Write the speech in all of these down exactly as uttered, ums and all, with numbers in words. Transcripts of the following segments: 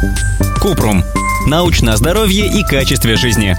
Купрум. Научное здоровье и качестве жизни.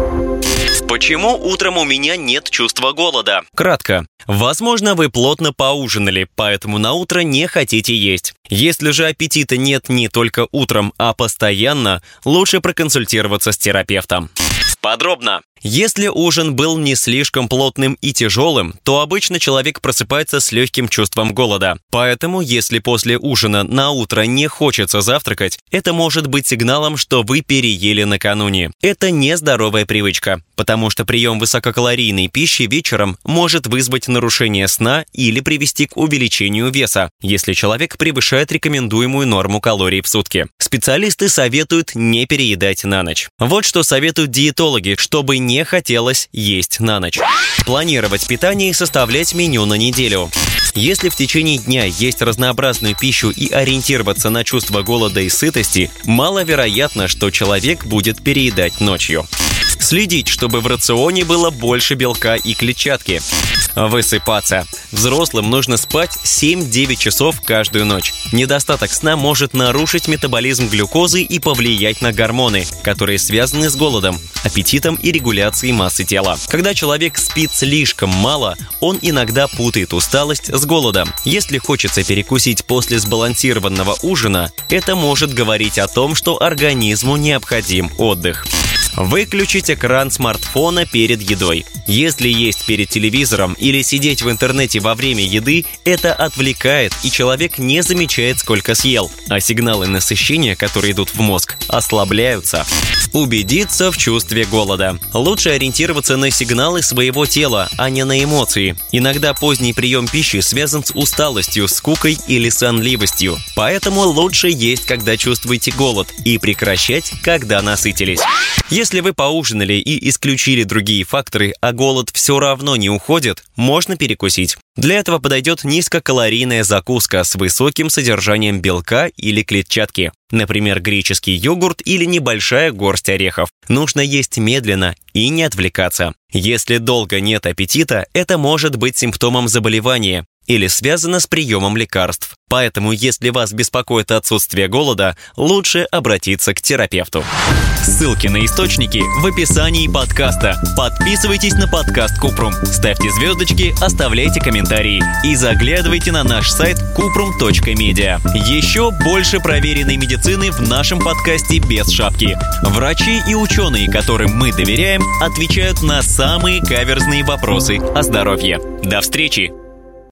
Почему утром у меня нет чувства голода? Кратко. Возможно, вы плотно поужинали, поэтому на утро не хотите есть. Если же аппетита нет не только утром, а постоянно, лучше проконсультироваться с терапевтом. Подробно. Если ужин был не слишком плотным и тяжелым, то обычно человек просыпается с легким чувством голода. Поэтому, если после ужина на утро не хочется завтракать, это может быть сигналом, что вы переели накануне. Это нездоровая привычка, потому что прием высококалорийной пищи вечером может вызвать нарушение сна или привести к увеличению веса, если человек превышает рекомендуемую норму калорий в сутки. Специалисты советуют не переедать на ночь. Вот что советуют диетологи, чтобы не Не хотелось есть на ночь. Планировать питание и составлять меню на неделю. Если в течение дня есть разнообразную пищу и ориентироваться на чувство голода и сытости, маловероятно, что человек будет переедать ночью. Следить, чтобы в рационе было больше белка и клетчатки. Высыпаться. Взрослым нужно спать семь-девять часов каждую ночь. Недостаток сна может нарушить метаболизм глюкозы и повлиять на гормоны, которые связаны с голодом, аппетитом и регуляцией массы тела. Когда человек спит слишком мало, он иногда путает усталость с голодом. Если хочется перекусить после сбалансированного ужина, это может говорить о том, что организму необходим отдых. Выключить экран смартфона перед едой. Если есть перед телевизором или сидеть в интернете во время еды, это отвлекает, и человек не замечает, сколько съел, а сигналы насыщения, которые идут в мозг, ослабляются. Убедиться в чувстве голода. Лучше ориентироваться на сигналы своего тела, а не на эмоции. Иногда поздний прием пищи связан с усталостью, скукой или сонливостью. Поэтому лучше есть, когда чувствуете голод, и прекращать, когда насытились. Если вы поужинали и исключили другие факторы, а голод все равно не уходит, можно перекусить. Для этого подойдет низкокалорийная закуска с высоким содержанием белка или клетчатки. Например, греческий йогурт или небольшая горсть орехов. Нужно есть медленно и не отвлекаться. Если долго нет аппетита, это может быть симптомом заболевания или связано с приемом лекарств. Поэтому, если вас беспокоит отсутствие голода, лучше обратиться к терапевту. Ссылки на источники в описании подкаста. Подписывайтесь на подкаст Купрум, ставьте звездочки, оставляйте комментарии и заглядывайте на наш сайт купрум точка медиа. Еще больше проверенной медицины в нашем подкасте без шапки. Врачи и ученые, которым мы доверяем, отвечают на самые каверзные вопросы о здоровье. До встречи!